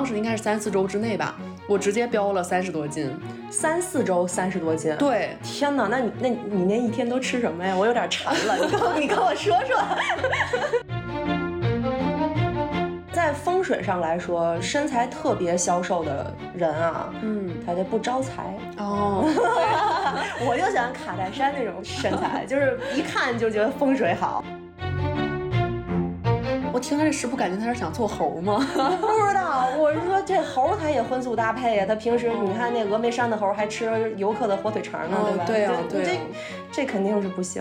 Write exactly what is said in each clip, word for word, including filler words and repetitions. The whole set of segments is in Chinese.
当时应该是三四周之内吧，我直接飙了三十多斤。 三四周三十多斤？ 对。 天哪，那你那你那一天都吃什么呀？我有点馋了，你跟我你跟我说说。在风水上来说，身材特别消瘦的人啊，嗯，他就不招财哦。 我就喜欢卡戴珊那种身材，就是一看就觉得风水好。 我听他这食谱，感觉他是想做猴吗？ 不知道，我是说这猴他也荤素搭配呀，他平时你看那峨眉山的猴还吃游客的火腿肠呢， 哦、 对吧？ 对啊，对啊， 这这肯定是不行。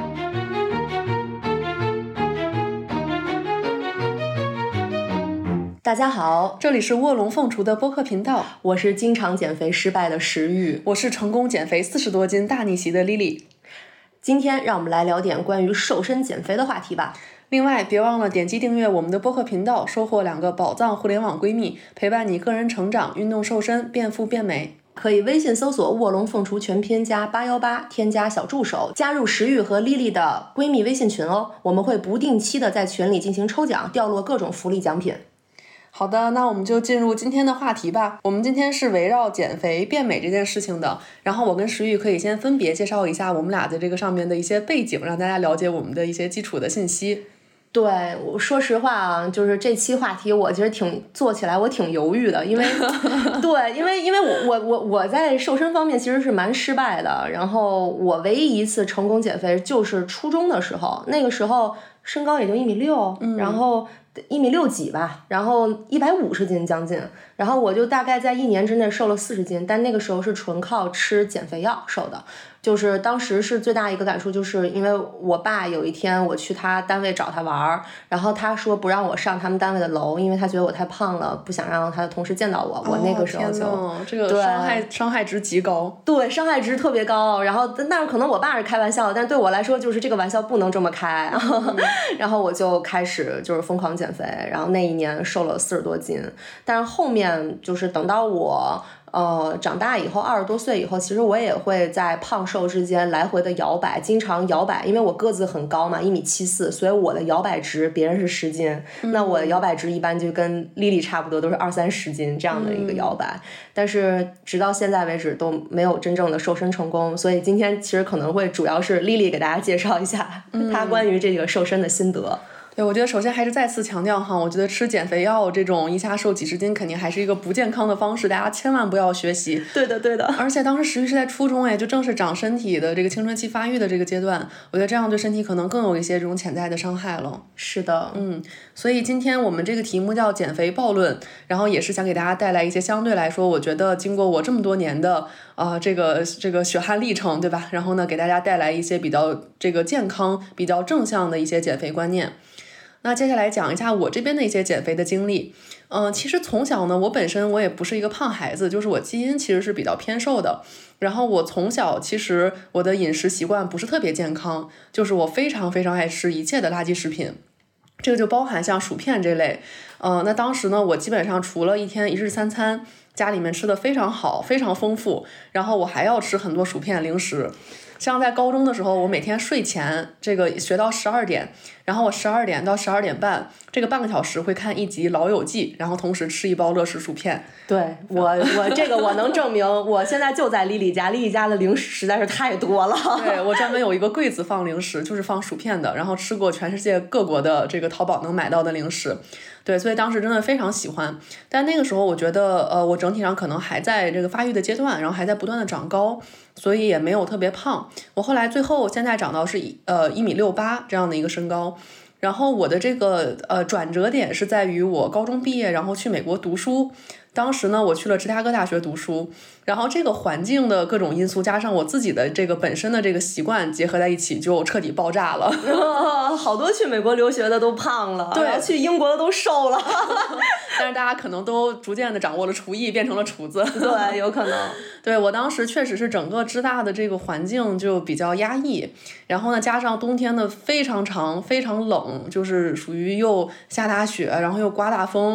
大家好， 这里是卧龙凤雏的播客频道， 我是经常减肥失败的石玉， 我是成功减肥四十多斤大逆袭的 Lily。 今天让我们来聊点关于瘦身减肥的话题吧。 另外别忘了点击订阅我们的播客频道，收获两个宝藏互联网闺蜜，陪伴你个人成长、运动瘦身、变富变美。 可以微信搜索卧龙凤雏全拼加八一八，添加小助手，加入石玉和 Lily 的闺蜜微信群哦。我们会不定期的在群里进行抽奖，掉落各种福利奖品。 好的，那我们就进入今天的话题吧。我们今天是围绕减肥变美这件事情的，然后我跟石玉可以先分别介绍一下我们俩在这个上面的一些背景，让大家了解我们的一些基础的信息。 对，我说实话啊，就是这期话题我其实挺做起来我挺犹豫的，因为对，因为因为我我我我在瘦身方面其实是蛮失败的，然后我唯一一次成功减肥就是初中的时候，那个时候身高也就一米六，嗯，然后一米六几吧，然后一百五十斤将近，然后我就大概在一年之内瘦了四十斤，但那个时候是纯靠吃减肥药瘦的。就是当时是最大一个感触，就是因为我爸有一天我去他单位找他玩，然后他说不让我上他们单位的楼，因为他觉得我太胖了，不想让他的同事见到我。我那个时候就、 哦、这个伤害伤害值极高， 对，伤害值特别高。然后但是可能我爸是开玩笑，但对我来说就是这个玩笑不能这么开。嗯、然后我就开始就是疯狂减肥，然后那一年瘦了四十多斤。但是后面就是等到我。呃，长大以后二十多岁以后，其实我也会在胖瘦之间来回的摇摆，经常摇摆，因为我个子很高嘛，一米七四，所以我的摇摆值别人是十斤，嗯、那我的摇摆值一般就跟丽丽差不多，都是二三十斤这样的一个摇摆。嗯、但是直到现在为止都没有真正的瘦身成功，所以今天其实可能会主要是丽丽给大家介绍一下她关于这个瘦身的心得。 对，我觉得首先还是再次强调哈，我觉得吃减肥药这种一下瘦几十斤肯定还是一个不健康的方式，大家千万不要学习。 对的对的。 而且当时石玉是在初中哎，就正是长身体的这个青春期发育的这个阶段，我觉得这样对身体可能更有一些这种潜在的伤害了。 是的， 嗯，所以今天我们这个题目叫减肥暴论，然后也是想给大家带来一些相对来说，我觉得经过我这么多年的呃这个这个血汗历程，对吧？然后呢，给大家带来一些比较这个健康、比较正向的一些减肥观念。那接下来讲一下我这边的一些减肥的经历。嗯、呃，其实从小呢，我本身我也不是一个胖孩子，就是我基因其实是比较偏瘦的。然后我从小其实我的饮食习惯不是特别健康，就是我非常非常爱吃一切的垃圾食品，这个就包含像薯片这类。呃，那当时呢，我基本上除了一天一日三餐，家里面吃的非常好，非常丰富，然后我还要吃很多薯片零食。像在高中的时候，我每天睡前这个学到十二点，然后我十二点到十二点半这个半个小时会看一集《老友记》，然后同时吃一包乐事薯片。 对，我我这个我能证明，我现在就在丽丽家，丽丽家的零食实在是太多了。 对，我专门有一个柜子放零食，就是放薯片的，然后吃过全世界各国的这个淘宝能买到的零食。对，所以当时真的非常喜欢。但那个时候我觉得呃，我整体上可能还在这个发育的阶段，然后还在不断的长高，所以也没有特别胖。我后来最后现在长到是呃一米六八这样的一个身高。然后我的这个呃转折点是在于我高中毕业，然后去美国读书。当时呢，我去了芝加哥大学读书，然后这个环境的各种因素加上我自己的这个本身的这个习惯结合在一起，就彻底爆炸了。 哦、好多去美国留学的都胖了， 对， 然后去英国的都瘦了。 但是大家可能都逐渐的掌握了厨艺，变成了厨子。 对，有可能。 对，我当时确实是整个芝大的这个环境就比较压抑，然后呢，加上冬天的非常长、非常冷，就是属于又下大雪，然后又刮大风。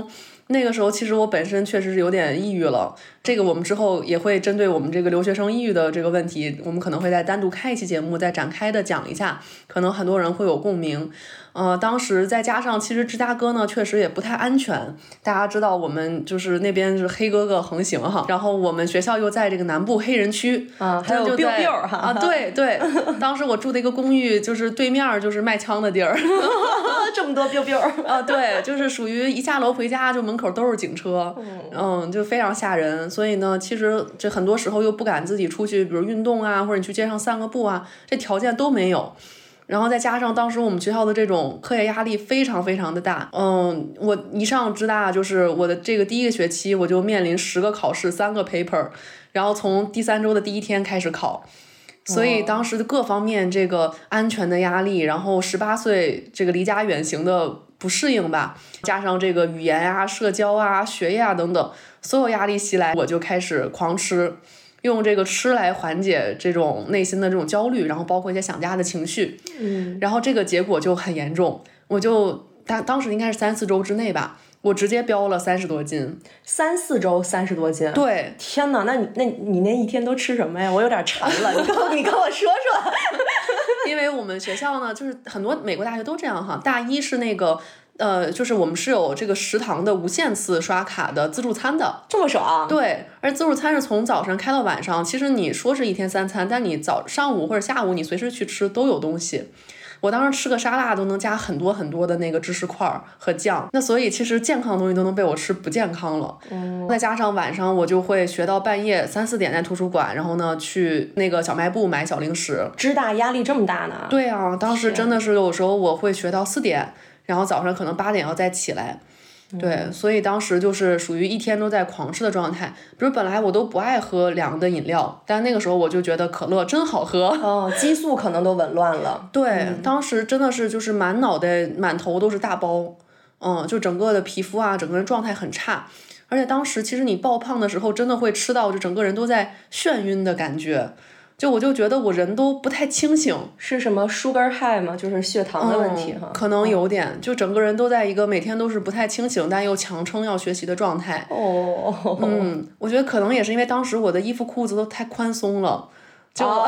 那个时候其实我本身确实是有点抑郁了，这个我们之后也会针对我们这个留学生抑郁的这个问题，我们可能会再单独开一期节目再展开的讲一下，可能很多人会有共鸣。呃，当时再加上其实芝加哥呢确实也不太安全，大家知道我们就是那边是黑哥哥横行哈，然后我们学校又在这个南部黑人区啊，还有 biu biu 哈啊，对对，当时我住的一个公寓就是对面就是卖枪的地儿， 这么多 biu biu 啊，对，就是属于一下楼回家就门口都是警车，嗯，就非常吓人。所以呢，其实这很多时候又不敢自己出去，比如运动啊，或者你去街上散个步啊，这条件都没有。然后再加上当时我们学校的这种课业压力非常非常的大，嗯，我一上芝大就是我的这个第一个学期我就面临十个考试三个 paper， 然后从第三周的第一天开始考，所以当时的各方面这个安全的压力，然后十八岁这个离家远行的不适应吧，加上这个语言啊、社交啊、学业啊等等，所有压力袭来，我就开始狂吃。用这个吃来缓解这种内心的这种焦虑，然后包括一些想家的情绪， 嗯， 然后这个结果就很严重，我就当当时应该是三四周之内吧，我直接飙了三十多斤， 三四周三十多斤， 对， 天哪，那你那你那一天都吃什么呀？我有点馋了，你跟我你跟我说说， 因为我们学校呢，就是很多美国大学都这样哈，大一是那个。呃，就是我们是有这个食堂的无限次刷卡的自助餐的， 这么爽？ 对，而自助餐是从早上开到晚上。其实你说是一天三餐，但你早上午或者下午你随时去吃都有东西。我当时吃个沙拉都能加很多很多的那个芝士块和酱，那所以其实健康的东西都能被我吃不健康了。嗯，再加上晚上我就会学到半夜三四点在图书馆，然后呢去那个小卖部买小零食。 芝大压力这么大呢？ 对啊，当时真的是有时候我会学到四点。然后早上可能八点要再起来，对，所以当时就是属于一天都在狂吃的状态。比如本来我都不爱喝凉的饮料，但那个时候我就觉得可乐真好喝。 哦，激素可能都紊乱了。 对，嗯、当时真的是就是满脑袋满头都是大包，嗯，就整个的皮肤啊，整个人状态很差。而且当时其实你爆胖的时候，真的会吃到就整个人都在眩晕的感觉。就我就觉得我人都不太清醒， 是什么 sugar high 吗？就是血糖的问题哈、 嗯，可能有点，就整个人都在一个每天都是不太清醒，但又强撑要学习的状态。 哦， 嗯，我觉得可能也是因为当时我的衣服裤子都太宽松了，就、哦、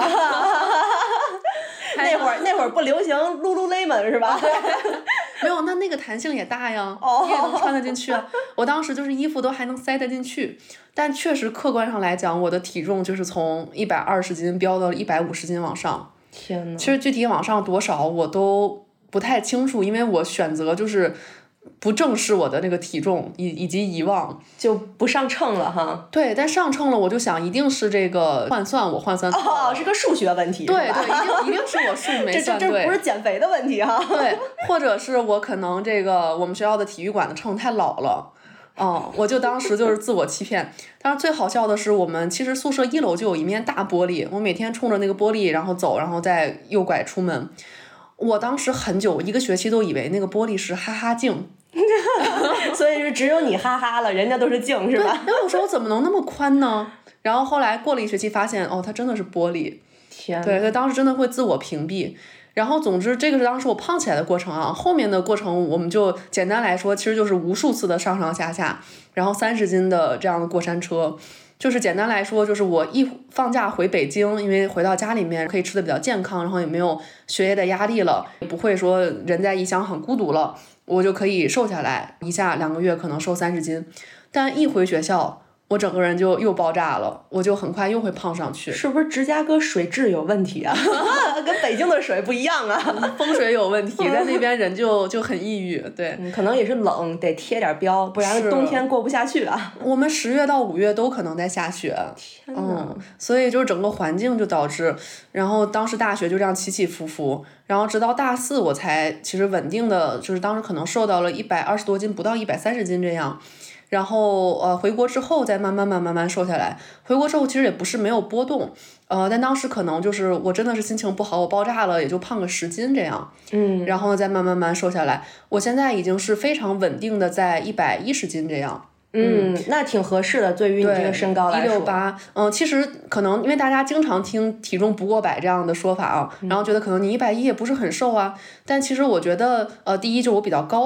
那会儿那会儿不流行 Lululemon 是吧？ 没有，那那个弹性也大呀， 哦、 你也能穿得进去啊。我当时就是衣服都还能塞得进去。但确实客观上来讲，我的体重就是从一百二十斤飙到一百五十斤往上。 天哪！ 其实具体往上多少我都不太清楚，因为我选择就是不正视我的那个体重以以及遗忘， 就不上秤了哈。 对，但上秤了，我就想一定是这个换算我换算错了。 哦，是个数学问题。 对对，一定一定是我数没算对。 这这不是减肥的问题哈。 对，或者是我可能这个我们学校的体育馆的秤太老了。嗯，我就当时就是自我欺骗。当然最好笑的是，我们其实宿舍一楼就有一面大玻璃，我每天冲着那个玻璃然后走，然后再右拐出门。我当时很久一个学期都以为那个玻璃是哈哈镜， 所以是只有你哈哈了，人家都是镜是吧？ 然后我说我怎么能那么宽呢？然后后来过了一学期发现，哦，它真的是玻璃。 天， 对，所以当时真的会自我屏蔽。然后总之这个是当时我胖起来的过程啊，后面的过程我们就简单来说，其实就是无数次的上上下下，然后三十斤的这样的过山车。就是简单来说，就是我一放假回北京，因为回到家里面可以吃的比较健康，然后也没有学业的压力了，也不会说人在异乡很孤独了，我就可以瘦下来，一下两个月可能瘦三十斤。但一回学校，我整个人就又爆炸了，我就很快又会胖上去。 是不是芝加哥水质有问题啊？跟北京的水不一样啊。 风水有问题，在那边人就就很抑郁。对、 嗯，可能也是冷，得贴点标，不然冬天过不下去啊。 我们十月到五月都可能在下雪。 天哪！ 嗯，所以就是整个环境就导致，然后当时大学就这样起起伏伏，然后直到大四我才其实稳定的，就是当时可能瘦到了一百二十多斤，不到一百三十斤这样。然后呃回国之后再慢慢慢慢慢瘦下来。回国之后其实也不是没有波动，呃，但当时可能就是我真的是心情不好，我爆炸了，也就胖个十斤这样， 嗯， 然后再慢慢慢瘦下来。我现在已经是非常稳定的在一百一十斤这样。 嗯，那挺合适的，对于你这个身高来说。 一六八，嗯，其实可能因为大家经常听体重不过百这样的说法啊，然后觉得可能你一百一也不是很瘦啊，但其实我觉得，呃，第一就是我比较高。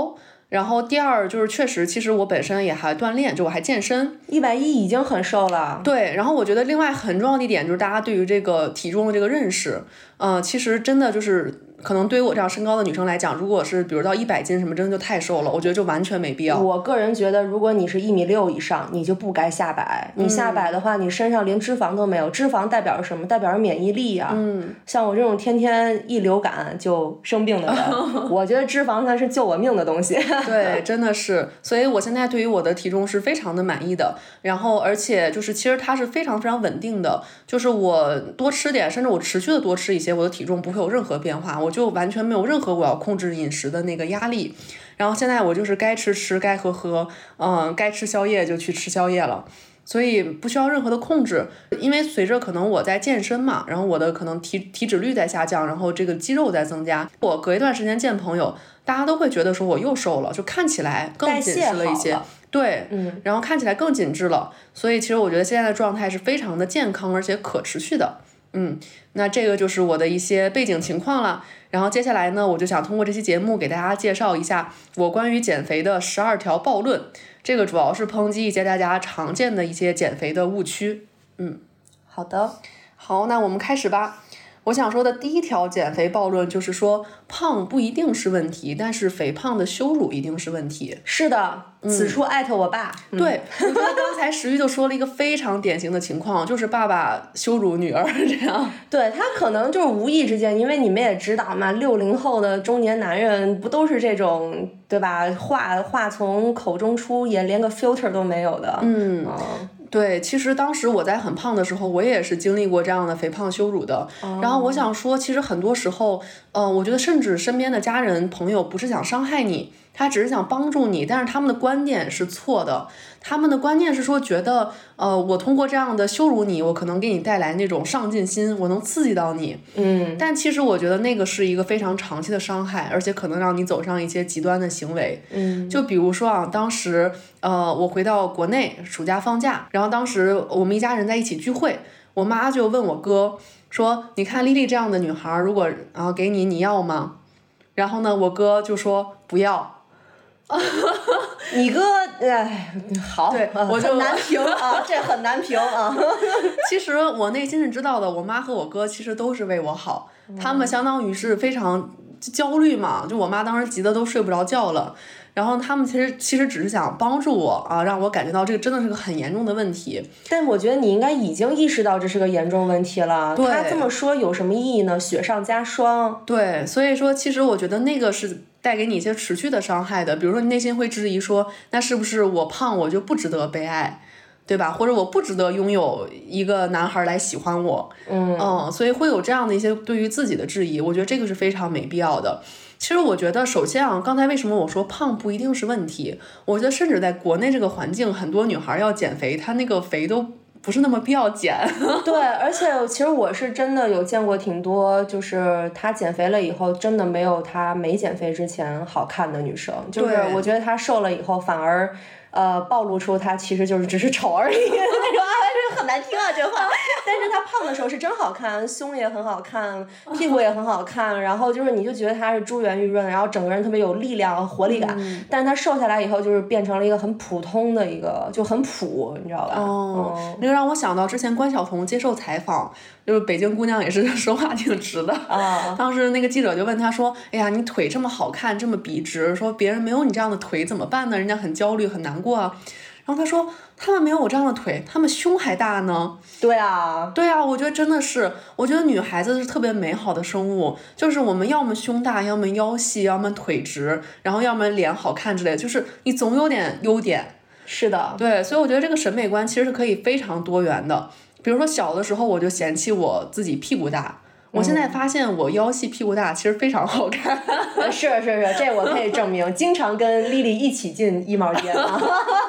然后第二就是确实，其实我本身也还锻炼，就我还健身， 一百一已经很瘦了。 对，然后我觉得另外很重要的一点就是大家对于这个体重的这个认识，嗯、呃，其实真的就是可能对于我这样身高的女生来讲，如果是比如到一百斤什么，真的就太瘦了，我觉得就完全没必要。 我个人觉得，如果你是一米六以上，你就不该下摆。你下摆的话，你身上连脂肪都没有，脂肪代表什么？代表着免疫力啊。嗯，像我这种天天一流感就生病的人，我觉得脂肪才是救我命的东西。 对，真的是，所以我现在对于我的体重是非常的满意的。然后，而且就是其实它是非常非常稳定的，就是我多吃点，甚至我持续的多吃一些，我的体重不会有任何变化，我就完全没有任何我要控制饮食的那个压力。然后现在我就是该吃吃，该喝喝，嗯，该吃宵夜就去吃宵夜了。所以不需要任何的控制，因为随着可能我在健身嘛，然后我的可能体体脂率在下降，然后这个肌肉在增加，我隔一段时间见朋友，大家都会觉得说我又瘦了，就看起来更紧实了一些，对，嗯，然后看起来更紧致了。所以其实我觉得现在的状态是非常的健康而且可持续的。嗯，那这个就是我的一些背景情况了。然后接下来呢，我就想通过这期节目给大家介绍一下我关于减肥的十二条暴论。这个主要是抨击一些大家常见的一些减肥的误区。嗯， 好的， 好，那我们开始吧。我想说的第一条减肥暴论就是说，胖不一定是问题，但是肥胖的羞辱一定是问题。 是的，此处艾特我爸。 嗯、对，我觉得刚才石玉就说了一个非常典型的情况，就是爸爸羞辱女儿这样。 对，他可能就是无意之间，因为你们也知道嘛，六零后的中年男人不都是这种，对吧？话话从口中出，也连个 filter 都没有的。 嗯。嗯对，其实当时我在很胖的时候，我也是经历过这样的肥胖羞辱的。Oh. 然后我想说，其实很多时候，呃，我觉得甚至身边的家人朋友不是想伤害你，他只是想帮助你，但是他们的观念是错的。他们的观念是说，觉得，呃，我通过这样的羞辱你，我可能给你带来那种上进心，我能刺激到你。 嗯。 但其实我觉得那个是一个非常长期的伤害，而且可能让你走上一些极端的行为。 嗯。 就比如说啊，当时，呃，我回到国内，暑假放假，然后当时我们一家人在一起聚会，我妈就问我哥说：“你看丽丽这样的女孩，如果然后给你，你要吗？”然后呢，我哥就说不要。 你哥，哎，好， 对，我就很难评啊，这很难评啊。 其实我内心是知道的，我妈和我哥其实都是为我好，嗯、他们相当于是非常焦虑嘛，就我妈当时急得都睡不着觉了。然后他们其实其实只是想帮助我啊，让我感觉到这个真的是个很严重的问题。 但我觉得你应该已经意识到这是个严重问题了。他这么说有什么意义呢？雪上加霜。 对，所以说其实我觉得那个是带给你一些持续的伤害的。比如说你内心会质疑说，那是不是我胖我就不值得被爱，对吧？或者我不值得拥有一个男孩来喜欢我。 嗯嗯，所以会有这样的一些对于自己的质疑，我觉得这个是非常没必要的。其实我觉得，首先啊，刚才为什么我说胖不一定是问题？我觉得甚至在国内这个环境，很多女孩要减肥，她那个肥都不是那么必要减。 对，而且其实我是真的有见过挺多，就是她减肥了以后，真的没有她没减肥之前好看的女生。就是我觉得她瘦了以后，反而呃暴露出她其实就是只是丑而已那种。很难听啊这话，但是她胖的时候是真好看，胸也很好看，屁股也很好看，然后就是你就觉得她是珠圆玉润，然后整个人特别有力量和活力感。 嗯、 但是她瘦下来以后，就是变成了一个很普通的一个，就很普，你知道吧？ 哦，嗯、那个让我想到之前关晓彤接受采访，就是北京姑娘也是说话挺直的啊。 当时那个记者就问她说：“哎呀，你腿这么好看，这么笔直，说别人没有你这样的腿怎么办呢？人家很焦虑很难过啊。”然后他说，他们没有我这样的腿，他们胸还大呢。 对啊， 对啊，我觉得真的是，我觉得女孩子是特别美好的生物，就是我们要么胸大，要么腰细，要么腿直，然后要么脸好看之类的，就是你总有点优点。 是的， 对，所以我觉得这个审美观其实是可以非常多元的。比如说小的时候我就嫌弃我自己屁股大。我现在发现我腰细屁股大其实非常好看。 是是是，这我可以证明，经常跟丽丽一起进衣帽间啊。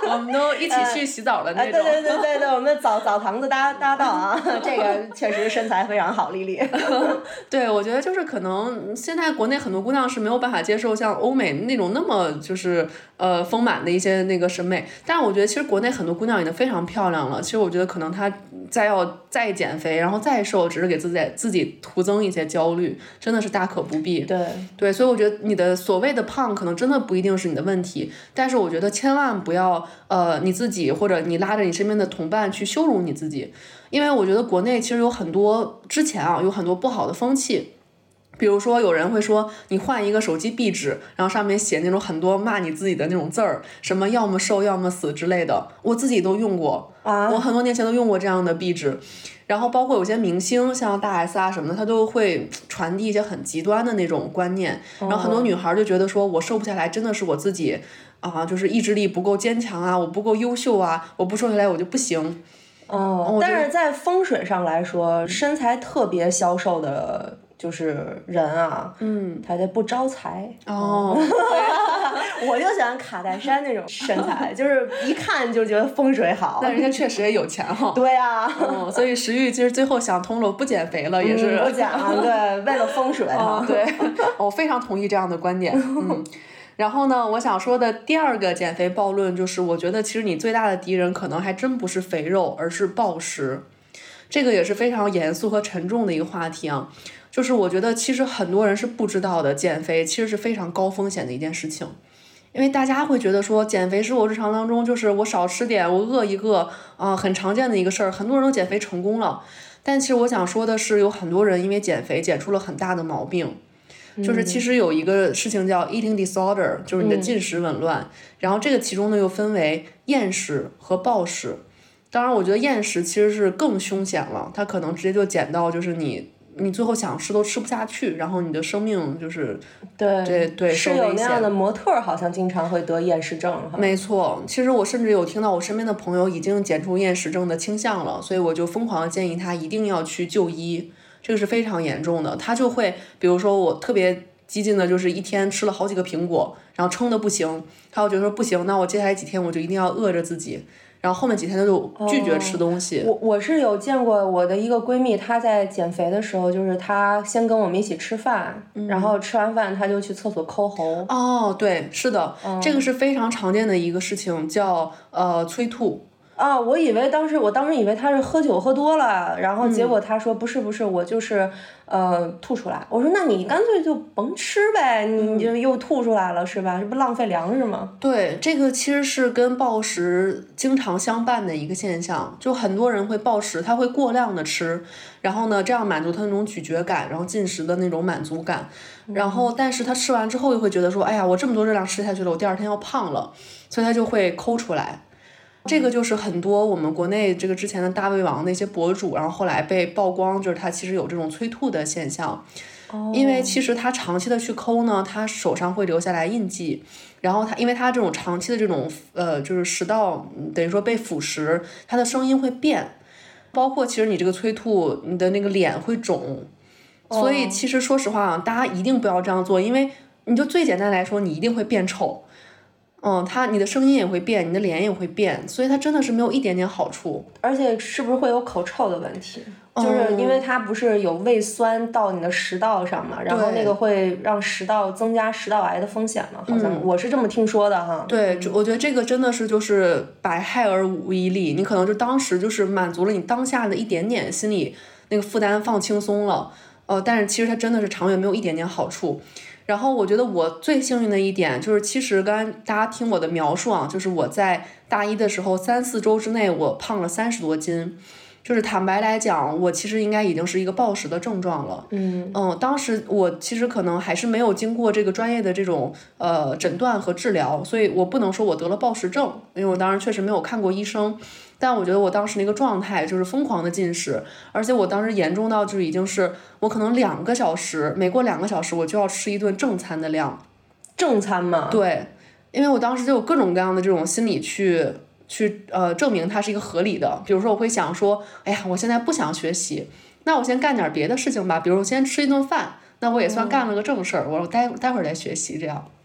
我们都一起去洗澡的那种。 呃、对对对对对，我们澡澡堂子搭搭档啊，这个确实身材非常好，丽丽。 对，我觉得就是可能现在国内很多姑娘是没有办法接受像欧美那种那么就是呃丰满的一些那个审美，但是我觉得其实国内很多姑娘已经非常漂亮了。其实我觉得可能她再要再减肥，然后再瘦，只是给自己自己徒增一些焦虑，真的是大可不必。 对对，所以我觉得你的所谓的胖可能真的不一定是你的问题，但是我觉得千万不要呃你自己或者你拉着你身边的同伴去羞辱你自己，因为我觉得国内其实有很多之前啊有很多不好的风气。比如说有人会说你换一个手机壁纸，然后上面写那种很多骂你自己的那种字儿，什么要么瘦要么死之类的，我自己都用过啊，我很多年前都用过这样的壁纸。然后包括有些明星像大 S 啊什么的，他都会传递一些很极端的那种观念，然后很多女孩就觉得说我瘦不下来真的是我自己啊，就是意志力不够坚强啊，我不够优秀啊，我不瘦下来我就不行。 哦，但是在风水上来说，身材特别消瘦的就是人啊，嗯，他得不招财哦。 我就喜欢卡戴珊那种身材，就是一看就觉得风水好。 但人家确实也有钱哈。 对啊， 嗯，所以石玉其实最后想通了，不减肥了也是。 嗯、不减啊，对，为了风水啊。 嗯、对，我非常同意这样的观点。嗯。然后呢，我想说的第二个减肥暴论就是，我觉得其实你最大的敌人可能还真不是肥肉，而是暴食。这个也是非常严肃和沉重的一个话题啊。就是我觉得其实很多人是不知道的，减肥其实是非常高风险的一件事情。因为大家会觉得说减肥是我日常当中就是我少吃点我饿一个啊、呃、很常见的一个事儿，很多人都减肥成功了。但其实我想说的是，有很多人因为减肥减出了很大的毛病。就是其实有一个事情叫 eating disorder， 就是你的进食紊乱、嗯、然后这个其中呢又分为厌食和暴食。当然我觉得厌食其实是更凶险了，它可能直接就减到就是你你最后想吃都吃不下去，然后你的生命就是对对对是有那样的模特好像经常会得厌食症。 没错，其实我甚至有听到我身边的朋友已经检出厌食症的倾向了，所以我就疯狂的建议他一定要去就医，这个是非常严重的。他就会比如说我特别激进的就是一天吃了好几个苹果，然后撑的不行，他就觉得说不行，那我接下来几天我就一定要饿着自己，然后后面几天他就拒绝吃东西。 哦、我我是有见过我的一个闺蜜，她在减肥的时候，就是她先跟我们一起吃饭、嗯、然后吃完饭她就去厕所抠喉。 哦，对，是的、嗯、这个是非常常见的一个事情，叫呃催吐。 啊，我以为当时我当时以为他是喝酒喝多了，然后结果他说、嗯、不是不是，我就是呃吐出来。我说那你干脆就甭吃呗，你就又吐出来了是吧？这不浪费粮食吗？ 对，这个其实是跟暴食经常相伴的一个现象，就很多人会暴食，他会过量的吃，然后呢这样满足他那种咀嚼感，然后进食的那种满足感，然后但是他吃完之后又会觉得说，哎呀我这么多热量吃下去了，我第二天要胖了，所以他就会抠出来。这个就是很多我们国内这个之前的大胃王的一些博主，然后后来被曝光，就是他其实有这种催吐的现象。哦。因为其实他长期的去抠呢，他手上会留下来印记，然后他因为他这种长期的这种呃就是食道等于说被腐蚀，他的声音会变，包括其实你这个催吐，你的那个脸会肿。哦。所以其实说实话啊，大家一定不要这样做，因为你就最简单来说，你一定会变丑。嗯，它你的声音也会变，你的脸也会变，所以它真的是没有一点点好处。 而且是不是会有口臭的问题？就是因为它不是有胃酸到你的食道上嘛，然后那个会让食道增加食道癌的风险嘛，好像我是这么听说的哈。 对，我觉得这个真的是就是百害而无一利，你可能就当时就是满足了你当下的一点点心理那个负担，放轻松了，呃，但是其实它真的是长远没有一点点好处。然后我觉得我最幸运的一点就是，其实刚才大家听我的描述啊，就是我在大一的时候三四周之内我胖了三十多斤，就是坦白来讲，我其实应该已经是一个暴食的症状了。嗯嗯，当时我其实可能还是没有经过这个专业的这种呃诊断和治疗，所以我不能说我得了暴食症，因为我当时确实没有看过医生。但我觉得我当时那个状态就是疯狂的进食，而且我当时严重到就是已经是我可能两个小时，每过两个小时我就要吃一顿正餐的量。 正餐嘛？ 对，因为我当时就有各种各样的这种心理去去呃证明它是一个合理的。比如说我会想说，哎呀，我现在不想学习，那我先干点别的事情吧，比如我先吃一顿饭，那我也算干了个正事儿，我待待会儿再学习这样。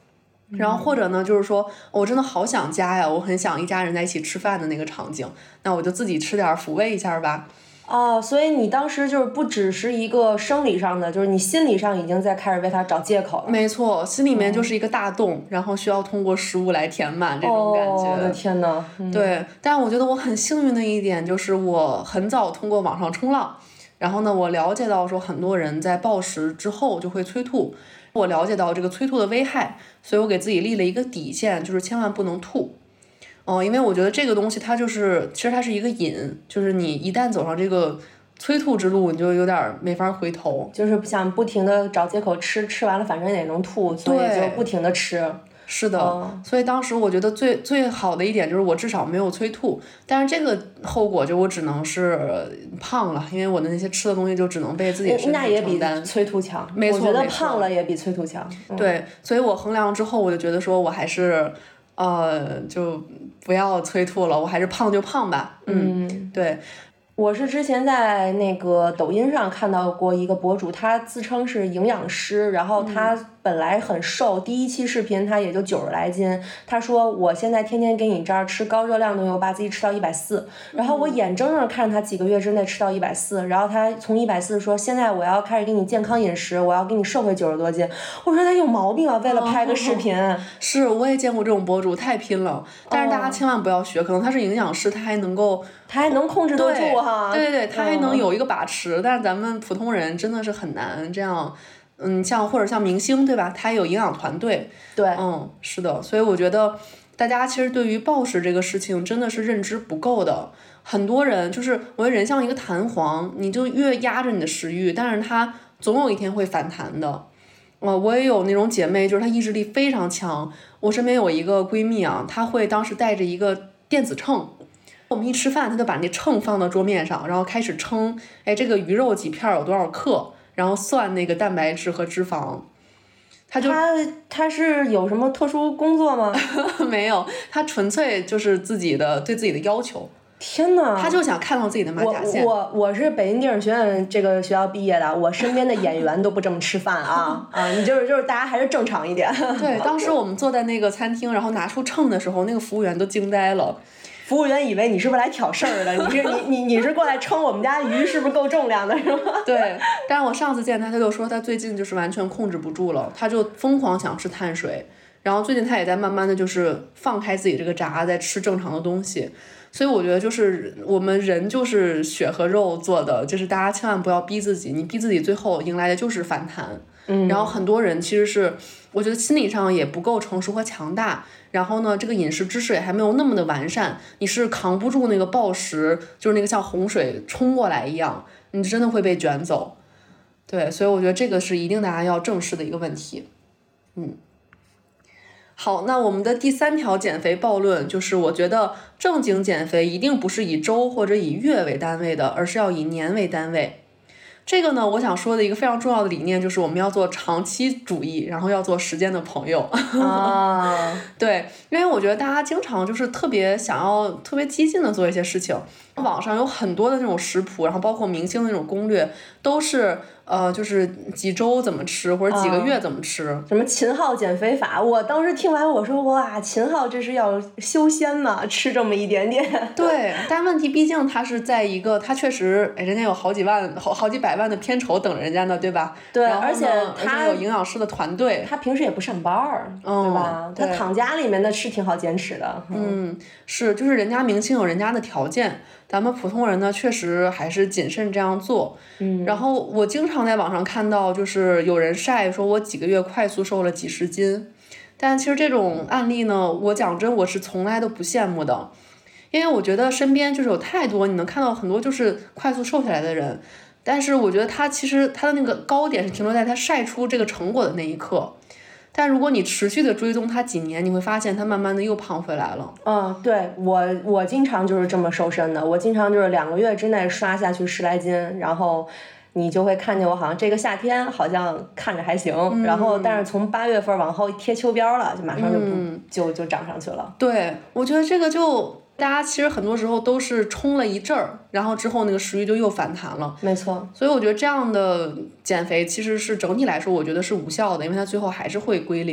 然后或者呢，就是说我真的好想家呀，我很想一家人在一起吃饭的那个场景，那我就自己吃点抚慰一下吧。 哦，所以你当时就是不只是一个生理上的，就是你心理上已经在开始为他找借口了。 没错，心里面就是一个大洞，嗯、然后需要通过食物来填满这种感觉。 哦，我的天哪！嗯、 对，但我觉得我很幸运的一点就是我很早通过网上冲浪，然后呢，我了解到说很多人在暴食之后就会催吐，我了解到这个催吐的危害，所以我给自己立了一个底线，就是千万不能吐。哦，因为我觉得这个东西它就是，其实它是一个瘾，就是你一旦走上这个催吐之路，你就有点没法回头。 就是想不停的找借口吃，吃完了反正也能吐，所以就不停的吃。 是的、 哦， 所以当时我觉得最最好的一点就是我至少没有催吐，但是这个后果就我只能是胖了，因为我的那些吃的东西就只能被自己身体承担。 那也比催吐强， 没错， 我觉得胖了也比催吐强。 嗯、对，所以我衡量之后，我就觉得说我还是。呃，就不要催吐了，我还是胖就胖吧。嗯，嗯对。 我是之前在那个抖音上看到过一个博主，他自称是营养师，然后他本来很瘦，嗯、第一期视频他也就九十来斤。他说我现在天天给你这儿吃高热量的东西，我把自己吃到一百四，然后我眼睁睁看着他几个月之内吃到一百四，然后他从一百四说现在我要开始给你健康饮食，我要给你瘦回九十多斤。我说他有毛病啊，为了拍个视频。哦、 是，我也见过这种博主，太拼了。但是大家千万不要学，可能他是营养师，他还能够。 他还能控制得住哈， 对对对，他还能有一个把持，嗯、但是咱们普通人真的是很难这样，嗯，像或者像明星对吧？他有营养团队， 对， 嗯，是的，所以我觉得大家其实对于暴食这个事情真的是认知不够的，很多人就是我觉得人像一个弹簧，你就越压着你的食欲，但是他总有一天会反弹的。呃，我也有那种姐妹，就是她意志力非常强，我身边有一个闺蜜啊，她会当时带着一个电子秤。我们一吃饭，他就把那秤放到桌面上，然后开始称，哎，这个鱼肉几片有多少克，然后算那个蛋白质和脂肪。他就他他是有什么特殊工作吗？ 没有，他纯粹就是自己的对自己的要求。 天哪！ 他就想看到自己的马甲线。 我我我是北京电影学院这个学校毕业的，我身边的演员都不这么吃饭啊啊！你就是就是大家还是正常一点。 对，当时我们坐在那个餐厅，然后拿出秤的时候，那个服务员都惊呆了。 服务员以为你是不是来挑事儿的？你是你你你是过来称我们家鱼是不是够重量的，是吗？ 对，但是我上次见他，他就说他最近就是完全控制不住了，他就疯狂想吃碳水，然后最近他也在慢慢的就是放开自己这个闸，在吃正常的东西。所以我觉得就是我们人就是血和肉做的，就是大家千万不要逼自己，你逼自己最后迎来的就是反弹。 嗯， 然后很多人其实是我觉得心理上也不够成熟和强大，然后呢这个饮食知识也还没有那么的完善，你是扛不住那个暴食，就是那个像洪水冲过来一样，你真的会被卷走。对，所以我觉得这个是一定大家要正视的一个问题。嗯，好，那我们的第三条减肥暴论就是我觉得正经减肥一定不是以周或者以月为单位的，而是要以年为单位。这个呢，我想说的一个非常重要的理念就是我们要做长期主义，然后要做时间的朋友。 啊， 对，因为我觉得大家经常就是特别想要特别激进的做一些事情，网上有很多的那种食谱，然后包括明星的那种攻略，都是呃，就是几周怎么吃或者几个月怎么吃。 啊、什么秦昊减肥法？我当时听完我说哇，秦昊这是要修仙嘛，吃这么一点点。 对，但问题毕竟他是在一个，他确实，哎，人家有好几万、好好几百万的片酬等人家呢，对吧？ 对，而且他有营养师的团队， 他平时也不上班儿， 嗯、 对吧？ 对他躺家里面的是挺好坚持的。 嗯，嗯是，就是人家明星有人家的条件。咱们普通人呢，确实还是谨慎这样做。 嗯， 然后我经常在网上看到，就是有人晒说我几个月快速瘦了几十斤，但其实这种案例呢，我讲真，我是从来都不羡慕的，因为我觉得身边就是有太多你能看到很多就是快速瘦下来的人，但是我觉得他其实他的那个高点是停留在他晒出这个成果的那一刻。但如果你持续的追踪他几年，你会发现他慢慢的又胖回来了。 嗯，对，我我经常就是这么瘦身的，我经常就是两个月之内刷下去十来斤，然后你就会看见我好像这个夏天好像看着还行，嗯、然后但是从八月份往后贴秋膘了，就马上就不、嗯、就就涨上去了。 对，我觉得这个就。大家其实很多时候都是冲了一阵儿，然后之后那个食欲就又反弹了。 没错， 所以我觉得这样的减肥其实是整体来说，我觉得是无效的，因为它最后还是会归零。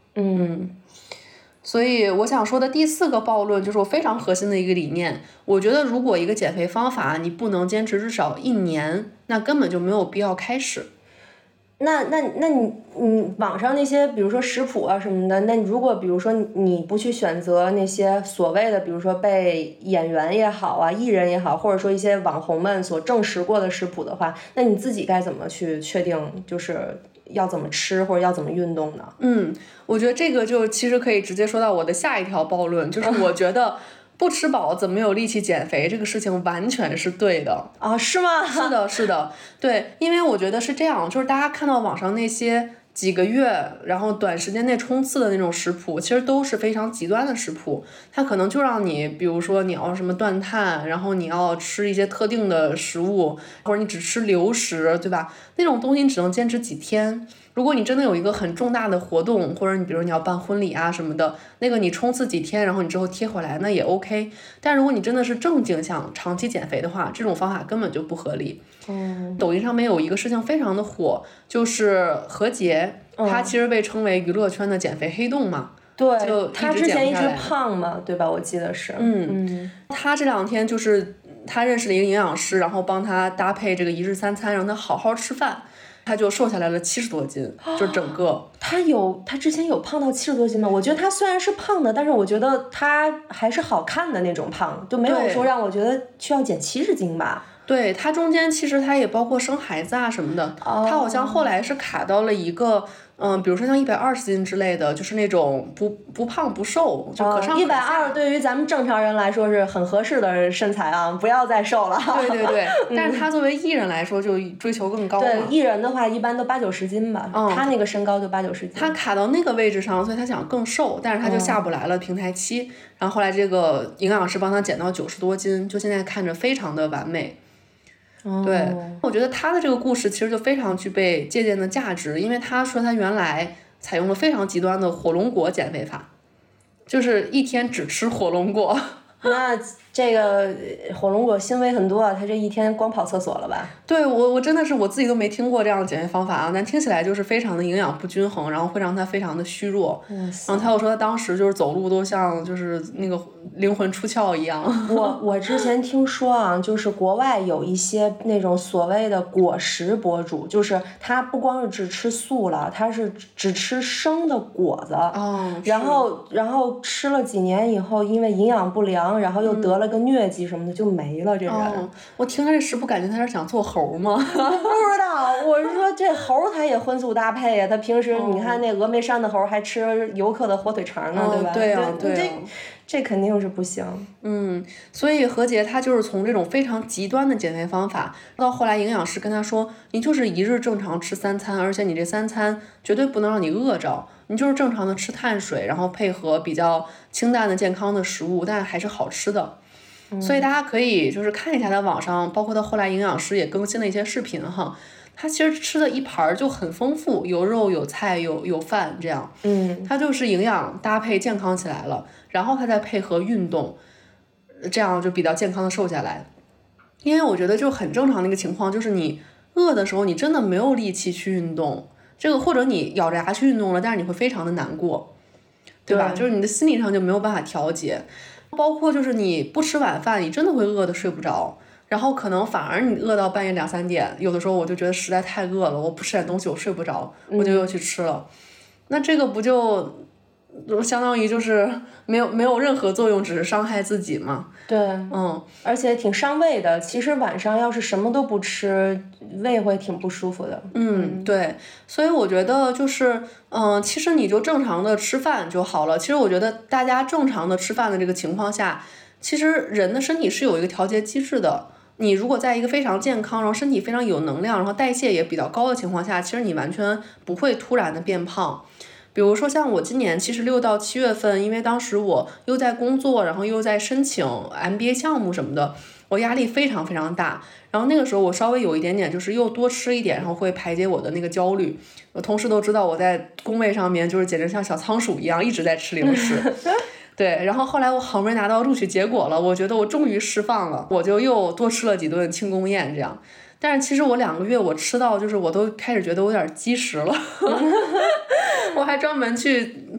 嗯，所以我想说的第四个暴论就是我非常核心的一个理念，我觉得如果一个减肥方法你不能坚持至少一年，那根本就没有必要开始。 那那那你你网上那些比如说食谱啊什么的，那如果比如说你不去选择那些所谓的比如说被演员也好啊艺人也好，或者说一些网红们所证实过的食谱的话，那你自己该怎么去确定就是要怎么吃或者要怎么运动呢？ 嗯，我觉得这个就其实可以直接说到我的下一条暴论，就是我觉得不吃饱怎么有力气减肥这个事情完全是对的啊？是吗？ 是的，是的，对，因为我觉得是这样，就是大家看到网上那些几个月然后短时间内冲刺的那种食谱，其实都是非常极端的食谱，它可能就让你比如说你要什么断碳，然后你要吃一些特定的食物，或者你只吃流食，对吧？那种东西你只能坚持几天。如果你真的有一个很重大的活动，或者你比如你要办婚礼啊什么的，那个你冲刺几天，然后你之后贴回来那也 OK。但如果你真的是正经想长期减肥的话，这种方法根本就不合理。 嗯， 抖音上面有一个事情非常的火，就是何洁，她其实被称为娱乐圈的减肥黑洞嘛。 对， 就她之前一直胖嘛，对吧？我记得是。 嗯嗯，她这两天就是她认识了一个营养师，然后帮她搭配这个一日三餐，让她好好吃饭。他就瘦下来了七十多斤，就整个。 他有，他之前有胖到七十多斤吗？我觉得他虽然是胖的，但是我觉得他还是好看的那种胖，就没有说让我觉得需要减七十斤吧。 对，他中间其实他也包括生孩子啊什么的， 哦、 他好像后来是卡到了一个。嗯，比如说像一百二十斤之类的，就是那种不不胖不瘦，就可上可下。 一百二对于咱们正常人来说是很合适的身材啊，不要再瘦了。 对对对，但是他作为艺人来说，就追求更高嘛。 对，艺人的话一般都八九十斤吧，嗯、他那个身高就八九十斤。 他卡到那个位置上，所以他想更瘦，但是他就下不来了平台期。嗯、然后后来这个营养师帮他减到九十多斤，就现在看着非常的完美。对，我觉得他的这个故事其实就非常具备借鉴的价值，因为他说他原来采用了非常极端的火龙果减肥法，就是一天只吃火龙果。 那这个火龙果纤维很多啊，他这一天光跑厕所了吧？ 对，我我真的是我自己都没听过这样的减肥方法啊，但听起来就是非常的营养不均衡，然后会让他非常的虚弱。 嗯、 然后他又说他当时就是走路都像就是那个灵魂出窍一样。 我我之前听说啊，就是国外有一些那种所谓的果食博主，就是他不光是只吃素了，他是只吃生的果子。 哦。 然后然后吃了几年以后，因为营养不良，然后又得了个疟疾什么的，嗯、就没了。这人、 哦，我听他这食谱，感觉他是想做猴吗？ 我不知道，我是说这猴他也荤素搭配呀、啊，他平时、哦、你看那峨眉山的猴还吃游客的火腿肠呢， 哦、 对吧？ 对啊，对啊。 这这肯定是不行。 嗯，所以何洁她就是从这种非常极端的减肥方法，到后来营养师跟她说，你就是一日正常吃三餐，而且你这三餐绝对不能让你饿着，你就是正常的吃碳水，然后配合比较清淡的健康的食物，但还是好吃的。所以大家可以就是看一下他网上，包括他后来营养师也更新了一些视频哈，他其实吃的一盘就很丰富，有肉有菜有有饭这样， 嗯， 他就是营养搭配健康起来了，然后他再配合运动，这样就比较健康的瘦下来。因为我觉得就很正常的一个情况，就是你饿的时候你真的没有力气去运动，这个或者你咬着牙去运动了，但是你会非常的难过，对吧？ 对， 就是你的心理上就没有办法调节。包括就是你不吃晚饭，你真的会饿得睡不着，然后可能反而你饿到半夜两三点，有的时候我就觉得实在太饿了，我不吃点东西我睡不着，我就又去吃了。嗯、那这个不就相当于就是没有没有任何作用，只是伤害自己嘛？ 对， 嗯， 而且挺伤胃的。其实晚上要是什么都不吃，胃会挺不舒服的。 嗯，对，所以我觉得就是，嗯、呃，其实你就正常的吃饭就好了。其实我觉得大家正常的吃饭的这个情况下，其实人的身体是有一个调节机制的。你如果在一个非常健康，然后身体非常有能量，然后代谢也比较高的情况下，其实你完全不会突然的变胖。比如说像我今年其实六到七月份，因为当时我又在工作，然后又在申请 M B A 项目什么的，我压力非常非常大。然后那个时候我稍微有一点点就是又多吃一点，然后会排解我的那个焦虑。我同事都知道我在工位上面就是简直像小仓鼠一样一直在吃零食。对，然后后来我好不容易拿到录取结果了，我觉得我终于释放了，我就又多吃了几顿庆功宴这样。但是其实我两个月我吃到就是我都开始觉得我有点积食了。我还专门去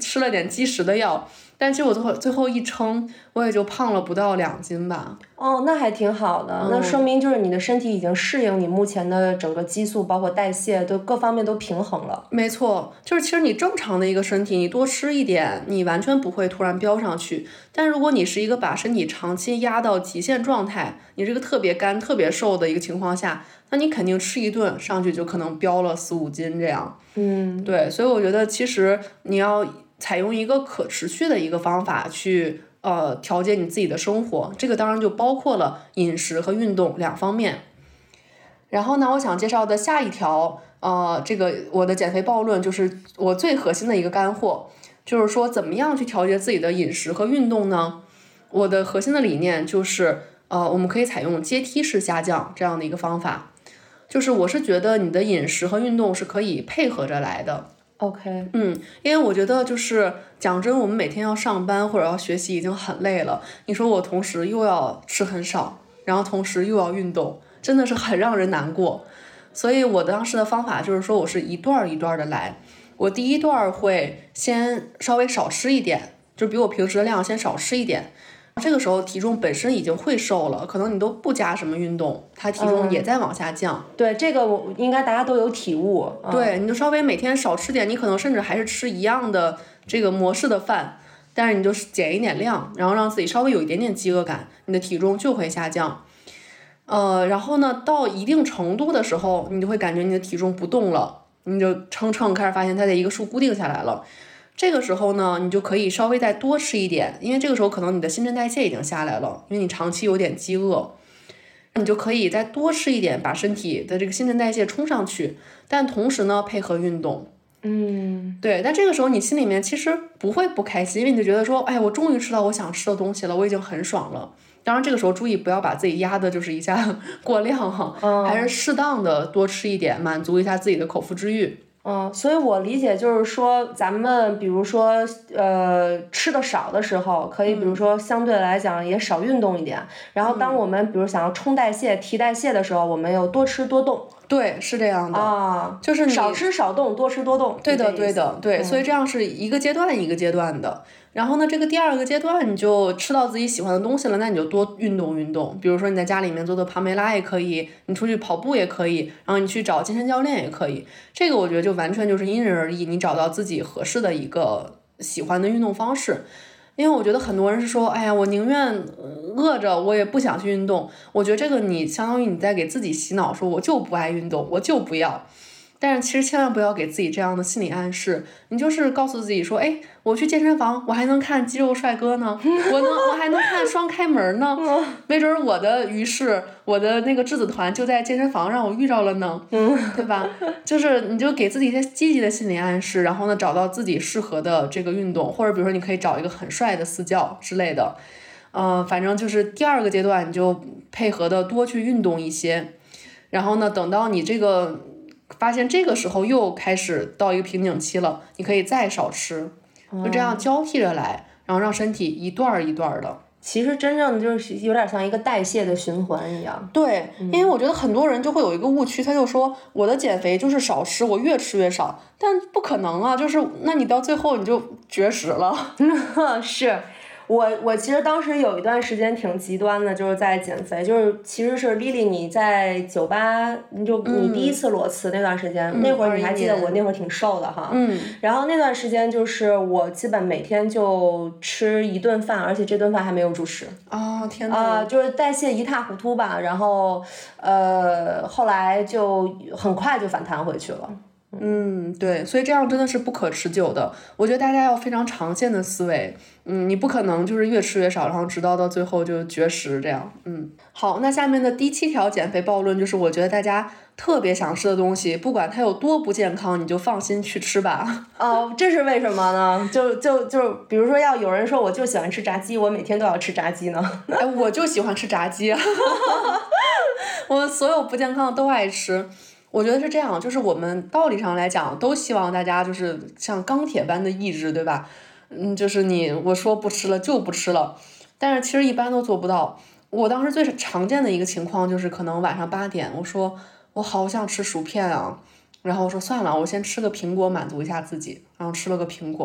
吃了点积食的药，但其实我最后最后一称，我也就胖了不到两斤吧。 哦，那还挺好的，嗯、那说明就是你的身体已经适应你目前的整个激素，包括代谢，都各方面都平衡了。 没错，就是其实你正常的一个身体，你多吃一点，你完全不会突然飙上去。但如果你是一个把身体长期压到极限状态，你是个特别干、特别瘦的一个情况下，那你肯定吃一顿上去就可能飙了四五斤这样。 嗯， 对，所以我觉得其实你要采用一个可持续的一个方法去呃调节你自己的生活，这个当然就包括了饮食和运动两方面。然后呢，我想介绍的下一条呃这个我的减肥暴论就是我最核心的一个干货，就是说怎么样去调节自己的饮食和运动呢？我的核心的理念就是呃我们可以采用阶梯式下降这样的一个方法，就是我是觉得你的饮食和运动是可以配合着来的。 OK， 嗯，因为我觉得就是讲真，我们每天要上班或者要学习已经很累了，你说我同时又要吃很少，然后同时又要运动，真的是很让人难过。所以我当时的方法就是说我是一段一段的来，我第一段会先稍微少吃一点，就比我平时的量先少吃一点。这个时候体重本身已经会瘦了，可能你都不加什么运动，它体重也在往下降。 嗯、对，这个我应该大家都有体悟。 嗯、对，你就稍微每天少吃点，你可能甚至还是吃一样的这个模式的饭，但是你就减一点量，然后让自己稍微有一点点饥饿感，你的体重就会下降。呃，然后呢，到一定程度的时候，你就会感觉你的体重不动了，你就称称开始发现它在一个数固定下来了。这个时候呢，你就可以稍微再多吃一点，因为这个时候可能你的新陈代谢已经下来了，因为你长期有点饥饿，你就可以再多吃一点，把身体的这个新陈代谢冲上去，但同时呢，配合运动。 嗯， 对，但这个时候你心里面其实不会不开心，因为你就觉得说，哎，我终于吃到我想吃的东西了，我已经很爽了。当然这个时候注意不要把自己压的就是一下过量哈， 嗯、 还是适当的多吃一点，满足一下自己的口腹之欲。 嗯，所以我理解就是说，咱们比如说，呃，吃的少的时候，可以比如说相对来讲也少运动一点。嗯、然后当我们比如想要冲代谢、提代谢的时候，我们要多吃多动。 对，是这样的啊， 就是你少吃少动，多吃多动。 对的，对的，对，嗯、所以这样是一个阶段一个阶段的。然后呢，这个第二个阶段你就吃到自己喜欢的东西了，那你就多运动运动。比如说你在家里面做做庞梅拉也可以，你出去跑步也可以，然后你去找健身教练也可以。这个我觉得就完全就是因人而异，你找到自己合适的一个喜欢的运动方式。因为我觉得很多人是说，哎呀，我宁愿饿着，我也不想去运动。我觉得这个你相当于你在给自己洗脑，说我就不爱运动，我就不要。但是其实千万不要给自己这样的心理暗示，你就是告诉自己说，哎，我去健身房，我还能看肌肉帅哥呢，我能，我还能看双开门呢，没准我的于是我的那个质子团就在健身房让我遇到了呢，对吧？就是你就给自己一些积极的心理暗示，然后呢找到自己适合的这个运动，或者比如说你可以找一个很帅的私教之类的，呃，反正就是第二个阶段你就配合的多去运动一些，然后呢等到你这个发现这个时候又开始到一个瓶颈期了，你可以再少吃，就这样交替着来，然后让身体一段一段的。 其实真正的就是有点像一个代谢的循环一样。 对，因为我觉得很多人就会有一个误区，他就说我的减肥就是少吃，我越吃越少，但不可能啊，就是那你到最后你就绝食了。 是。我我其实当时有一段时间挺极端的，就是在减肥，就是其实是 Lily 你在酒吧，你就你第一次裸辞那段时间，嗯、那会儿你还记得我那会儿挺瘦的哈， 嗯， 然后那段时间就是我基本每天就吃一顿饭，而且这顿饭还没有主食。 哦，天哪！ 啊、呃，就是代谢一塌糊涂吧，然后呃后来就很快就反弹回去了。 嗯，对，所以这样真的是不可持久的。我觉得大家要非常长线的思维，嗯，你不可能就是越吃越少，然后直到到最后就绝食这样。嗯，好，那下面的第七条减肥暴论就是，我觉得大家特别想吃的东西，不管它有多不健康，你就放心去吃吧。 哦，这是为什么呢？就就就比如说，要有人说我就喜欢吃炸鸡，我每天都要吃炸鸡呢。 哎，我就喜欢吃炸鸡，我所有不健康的都爱吃。我觉得是这样，就是我们道理上来讲，都希望大家就是像钢铁般的意志，对吧？嗯，就是你我说不吃了就不吃了，但是其实一般都做不到。我当时最常见的一个情况就是，可能晚上八点，我说我好想吃薯片啊，然后我说算了，我先吃个苹果满足一下自己，然后吃了个苹果，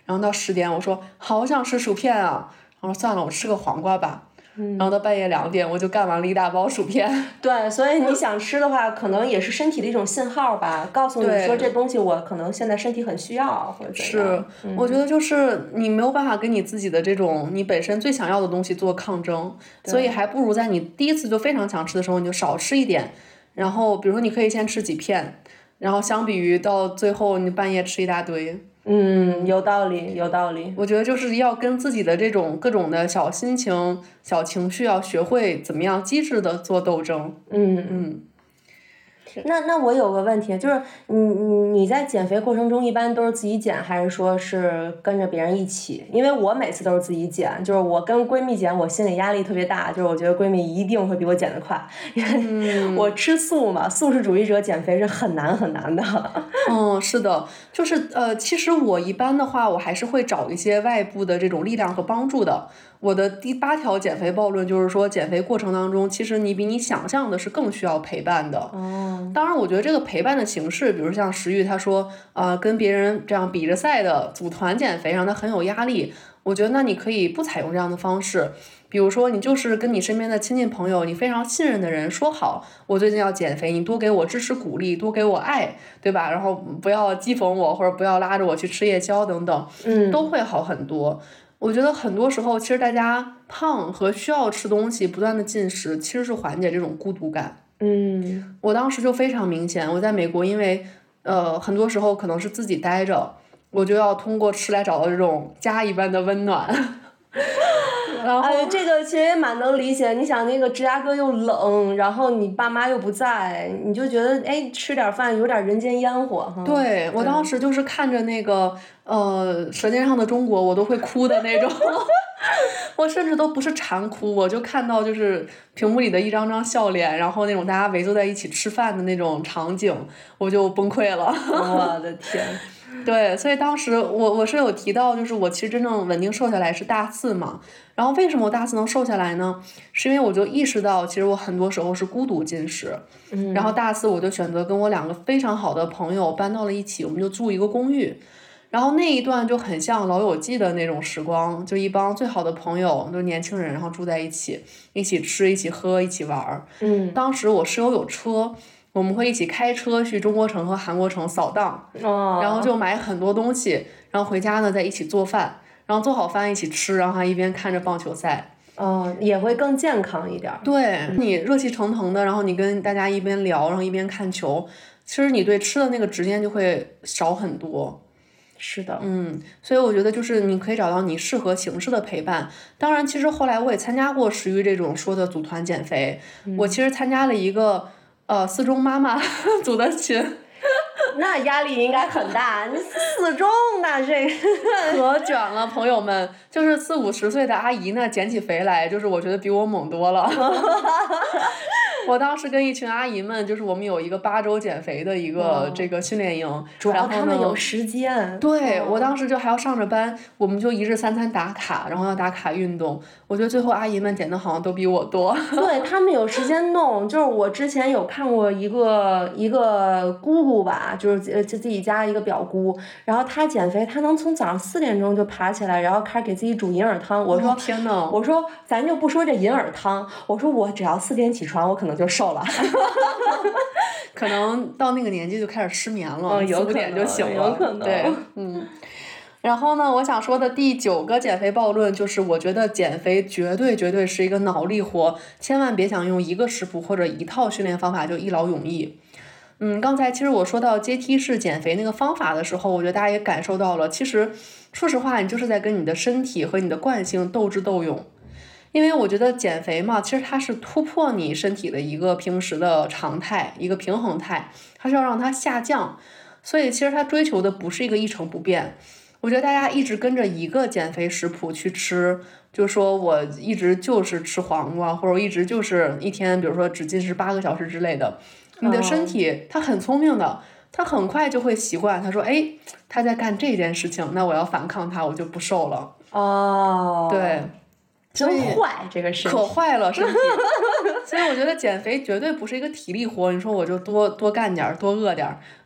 然后到十点我说好想吃薯片啊，然后算了我吃个黄瓜吧。然后到半夜两点我就干完了一大包薯片。 对，所以你想吃的话可能也是身体的一种信号吧，告诉你说这东西我可能现在身体很需要或者怎样。 是、嗯、我觉得就是你没有办法跟你自己的这种你本身最想要的东西做抗争，所以还不如在你第一次就非常想吃的时候你就少吃一点，然后比如说你可以先吃几片，然后相比于到最后你半夜吃一大堆。 嗯，有道理，有道理。 我觉得就是要跟自己的这种各种的小心情、小情绪，要学会怎么样机智的做斗争。 嗯嗯。 那那我有个问题，就是你你你在减肥过程中一般都是自己减，还是说是跟着别人一起？因为我每次都是自己减，就是我跟闺蜜减，我心理压力特别大，就是我觉得闺蜜一定会比我减得快，因为我吃素嘛，素食主义者减肥是很难很难的。 嗯，是的，就是呃，其实我一般的话，我还是会找一些外部的这种力量和帮助的。我的第八条减肥暴论就是说，减肥过程当中，其实你比你想象的是更需要陪伴的。 哦， 当然，我觉得这个陪伴的形式，比如像石玉他说，呃，跟别人这样比着赛的组团减肥，让他很有压力。我觉得那你可以不采用这样的方式，比如说你就是跟你身边的亲近朋友，你非常信任的人说好，我最近要减肥，你多给我支持鼓励，多给我爱，对吧？然后不要讥讽我，或者不要拉着我去吃夜宵等等， 嗯， 都会好很多。我觉得很多时候，其实大家胖和需要吃东西，不断的进食，其实是缓解这种孤独感。 嗯， 我当时就非常明显，我在美国，因为呃很多时候可能是自己待着，我就要通过吃来找到这种家一般的温暖。然后、 哎，这个其实也蛮能理解。你想那个芝加哥又冷，然后你爸妈又不在，你就觉得哎吃点饭有点人间烟火哈。 对，我当时就是看着那个呃《舌尖上的中国》，我都会哭的那种。我甚至都不是馋哭，我就看到就是屏幕里的一张张笑脸，然后那种大家围坐在一起吃饭的那种场景，我就崩溃了。 我的天！ 对，所以当时我我是有提到，就是我其实真正稳定瘦下来是大四嘛。然后为什么我大四能瘦下来呢？是因为我就意识到，其实我很多时候是孤独进食。 嗯。 然后大四我就选择跟我两个非常好的朋友搬到了一起，我们就住一个公寓。然后那一段就很像《老友记》的那种时光，就一帮最好的朋友，都年轻人，然后住在一起，一起吃，一起喝，一起玩。 嗯。 当时我室友有车。我们会一起开车去中国城和韩国城扫荡， 哦， 然后就买很多东西，然后回家呢再一起做饭，然后做好饭一起吃，然后还一边看着棒球赛。 哦，也会更健康一点。 对，你热气腾腾的，然后你跟大家一边聊，然后一边看球，其实你对吃的那个执念就会少很多。 是的， 嗯，所以我觉得就是你可以找到你适合形式的陪伴。当然，其实后来我也参加过食欲这种说的组团减肥， 嗯、 我其实参加了一个。呃，四中妈妈组的群， 那压力应该很大。你四中那这可卷了，朋友们，就是四五十岁的阿姨呢，减起肥来，就是我觉得比我猛多了。我当时跟一群阿姨们，就是我们有一个八周减肥的一个这个训练营， 主要他们有时间。 对，我当时就还要上着班，我们就一日三餐打卡，然后要打卡运动。我觉得最后阿姨们减的好像都比我多。 对，他们有时间弄，就是我之前有看过一个一个姑姑吧，就是呃就自己家一个表姑，然后她减肥，她能从早上四点钟就爬起来，然后开始给自己煮银耳汤。我说、 哦、天呐， 我说咱就不说这银耳汤，我说我只要四点起床，我可能就瘦了。 可能到那个年纪就开始失眠了， 嗯、 四五点就醒了。 有可能。 对，嗯。然后呢，我想说的第九个减肥暴论就是，我觉得减肥绝对绝对是一个脑力活，千万别想用一个食谱或者一套训练方法就一劳永逸。嗯，刚才其实我说到阶梯式减肥那个方法的时候，我觉得大家也感受到了，其实说实话，你就是在跟你的身体和你的惯性斗智斗勇。因为我觉得减肥嘛，其实它是突破你身体的一个平时的常态，一个平衡态，它是要让它下降。所以其实它追求的不是一个一成不变。我觉得大家一直跟着一个减肥食谱去吃，就说我一直就是吃黄瓜，或者我一直就是一天比如说只进食八个小时之类的，你的身体它很聪明的，它很快就会习惯，他说哎，他在干这件事情，那我要反抗他，我就不瘦了。 哦， 对， 真坏，这个身体可坏了身体。所以我觉得减肥绝对不是一个体力活，你说我就多多干点多饿点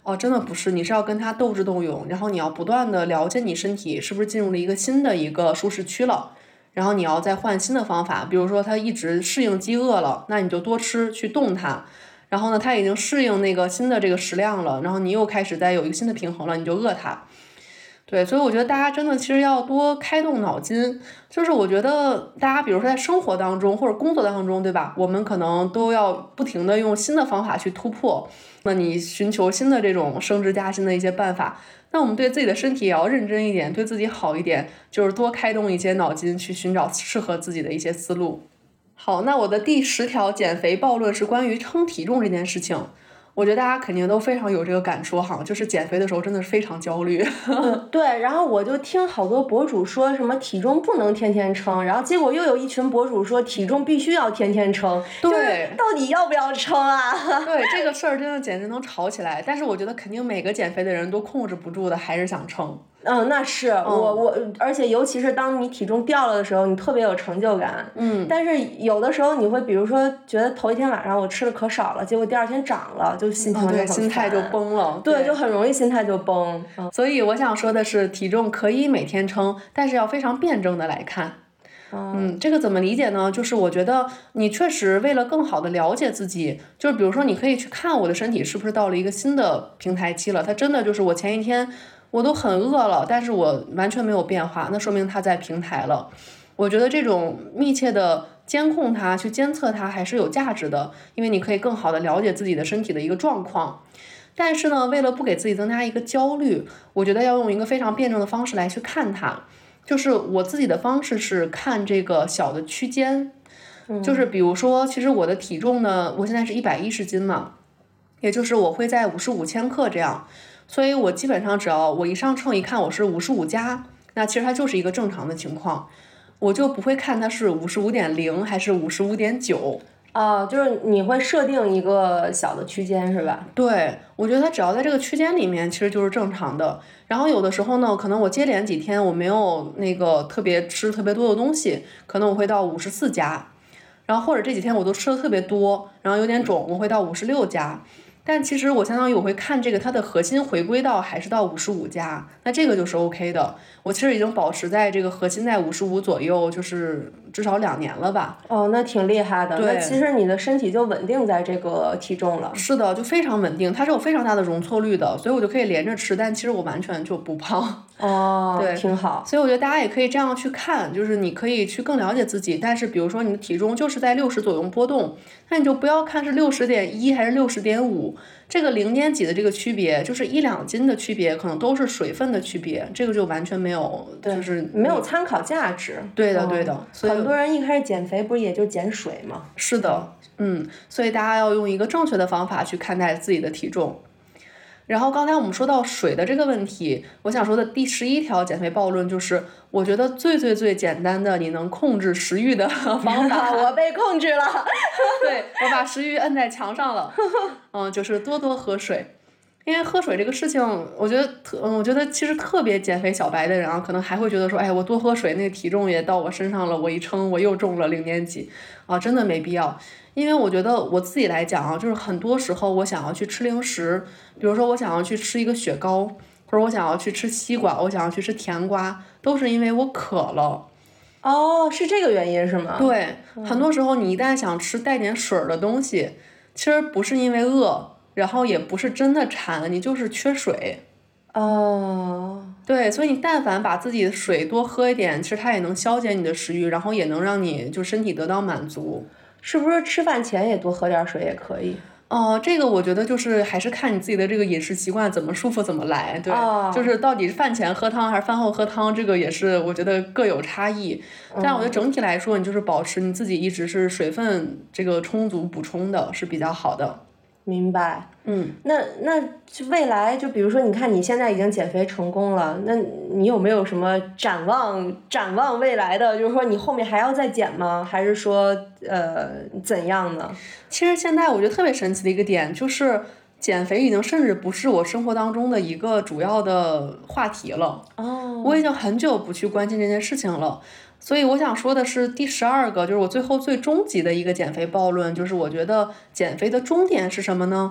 哦，真的不是，你是要跟它斗智斗勇，然后你要不断的了解你身体是不是进入了一个新的一个舒适区了，然后你要再换新的方法，比如说它一直适应饥饿了，那你就多吃去动它，然后呢它已经适应那个新的这个食量了，然后你又开始再有一个新的平衡了，你就饿它。对，所以我觉得大家真的其实要多开动脑筋，就是我觉得大家比如说在生活当中或者工作当中，对吧？我们可能都要不停的用新的方法去突破，那你寻求新的这种升职加薪的一些办法，那我们对自己的身体也要认真一点，对自己好一点，就是多开动一些脑筋去寻找适合自己的一些思路。好，那我的第十条减肥暴论是关于称体重这件事情。我觉得大家肯定都非常有这个感受哈，就是减肥的时候真的是非常焦虑。 嗯、对，然后我就听好多博主说什么体重不能天天称，然后结果又有一群博主说体重必须要天天称， 对， 到底要不要称啊？ 对，这个事儿真的简直能吵起来。但是我觉得肯定每个减肥的人都控制不住的，还是想称。 嗯，那是、嗯、我我，而且尤其是当你体重掉了的时候，你特别有成就感。 嗯， 但是有的时候你会，比如说觉得头一天晚上我吃的可少了，结果第二天长了，就心情就很烦、 哦、对，心态就崩了。 对，就很容易心态就崩。 嗯、所以我想说的是，体重可以每天称，但是要非常辩证的来看。嗯，这个怎么理解呢？就是我觉得你确实为了更好的了解自己，就是比如说你可以去看我的身体是不是到了一个新的平台期了，它真的就是我前一天我都很饿了，但是我完全没有变化，那说明它在平台了。我觉得这种密切的监控它，去监测它还是有价值的，因为你可以更好的了解自己的身体的一个状况。但是呢，为了不给自己增加一个焦虑，我觉得要用一个非常辩证的方式来去看它。就是我自己的方式是看这个小的区间，就是比如说，其实我的体重呢，我现在是一百一十斤嘛，也就是我会在五十五千克这样，所以我基本上只要我一上秤一看我是五十五加，那其实它就是一个正常的情况，我就不会看它是五十五点零还是五十五点九。 哦，就是你会设定一个小的区间是吧？ 对，我觉得它只要在这个区间里面，其实就是正常的。然后有的时候呢，可能我接连几天我没有那个特别吃特别多的东西，可能我会到五十四加，然后或者这几天我都吃的特别多，然后有点肿，我会到五十六加。但其实我相当于我会看这个它的核心回归到还是到五十五加，那这个就是 OK 的。我其实已经保持在这个核心在五十五左右，就是至少两年了吧。 哦，那挺厉害的。 对， 那其实你的身体就稳定在这个体重了。 是的，就非常稳定，它是有非常大的容错率的，所以我就可以连着吃，但其实我完全就不胖。 哦， 对， 挺好。 所以我觉得大家也可以这样去看，就是你可以去更了解自己，但是比如说你的体重就是在六十左右波动，那你就不要看是六十点一还是六十点五，这个零点几的这个区别，就是一两斤的区别，可能都是水分的区别，这个就完全没有，就是没有参考价值。 对的，对的。嗯、所以很多人一开始减肥不是也就减水吗？ 是的，嗯，所以大家要用一个正确的方法去看待自己的体重。然后刚才我们说到水的这个问题，我想说的第十一条减肥暴论就是，我觉得最最最简单的你能控制食欲的方法， 我被控制了。 对，我把食欲摁在墙上了，嗯，就是多多喝水。因为喝水这个事情，我觉得特，嗯，我觉得其实特别减肥小白的人啊，可能还会觉得说，哎，我多喝水，那个体重也到我身上了，我一称我又重了零点几，啊，真的没必要。因为我觉得我自己来讲啊，就是很多时候我想要去吃零食，比如说我想要去吃一个雪糕，或者我想要去吃西瓜，我想要去吃甜瓜，都是因为我渴了。 哦，是这个原因是吗？ 对，很多时候你一旦想吃带点水的东西，其实不是因为饿。然后也不是真的馋，你就是缺水。 哦， 对，所以你但凡把自己的水多喝一点，其实它也能消减你的食欲，然后也能让你就身体得到满足。 是不是吃饭前也多喝点水也可以？ 哦、呃，这个我觉得就是还是看你自己的这个饮食习惯怎么舒服怎么来。对， 哦、 就是到底是饭前喝汤还是饭后喝汤，这个也是我觉得各有差异。但我觉得整体来说，你就是保持你自己一直是水分这个充足补充的是比较好的。 明白， 嗯， 那那未来就比如说，你看你现在已经减肥成功了，那你有没有什么展望？展望未来的，就是说你后面还要再减吗？还是说呃怎样呢？ 其实现在我觉得特别神奇的一个点就是，减肥已经甚至不是我生活当中的一个主要的话题了。 哦， 我已经很久不去关心这件事情了。所以我想说的是第十二个，就是我最后最终极的一个减肥暴论，就是我觉得减肥的终点是什么呢？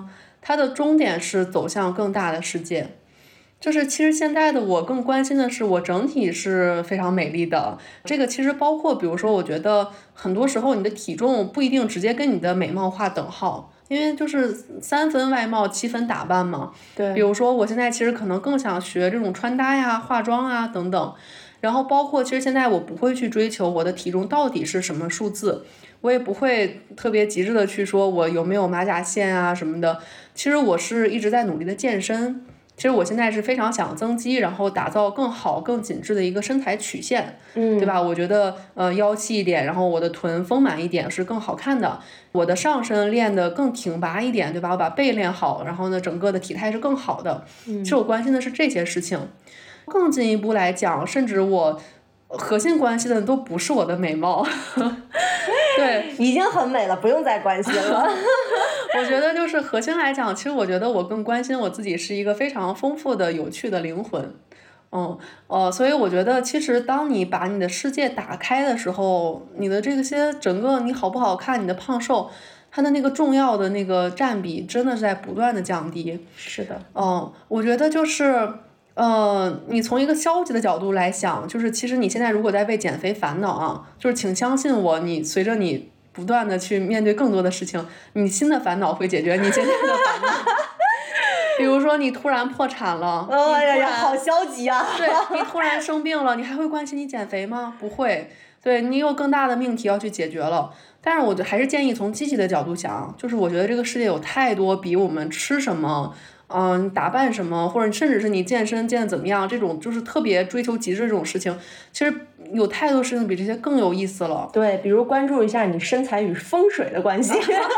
它的终点是走向更大的世界。就是其实现在的我更关心的是我整体是非常美丽的，这个其实包括比如说我觉得很多时候你的体重不一定直接跟你的美貌划等号，因为就是三分外貌七分打扮嘛。 对， 比如说我现在其实可能更想学这种穿搭呀、化妆啊等等，然后包括其实现在我不会去追求我的体重到底是什么数字，我也不会特别极致的去说我有没有马甲线啊什么的，其实我是一直在努力的健身。其实我现在是非常想增肌，然后打造更好更紧致的一个身材曲线， 嗯， 对吧？我觉得呃腰细一点，然后我的臀丰满一点是更好看的，我的上身练得更挺拔一点，对吧？我把背练好，然后呢整个的体态是更好的。其实我关心的是这些事情。更进一步来讲，甚至我核心关系的都不是我的美貌。对， 已经很美了，不用再关心了。 我觉得就是核心来讲，其实我觉得我更关心我自己是一个非常丰富的有趣的灵魂。嗯呃，所以我觉得其实当你把你的世界打开的时候，你的这些整个你好不好看，你的胖瘦，它的那个重要的那个占比真的是在不断的降低。 是的。 嗯，我觉得就是呃，你从一个消极的角度来想，就是其实你现在如果在为减肥烦恼啊，就是请相信我，你随着你不断的去面对更多的事情，你新的烦恼会解决你现在的烦恼。比如说你突然破产了， 哎呀呀，好消极啊！ 对，你突然生病了，你还会关心你减肥吗？不会。对，你有更大的命题要去解决了。但是我就还是建议从积极的角度想，就是我觉得这个世界有太多比我们吃什么嗯，打扮什么，或者甚至是你健身健得怎么样，这种就是特别追求极致这种事情，其实有太多事情比这些更有意思了。 对，比如关注一下你身材与风水的关系。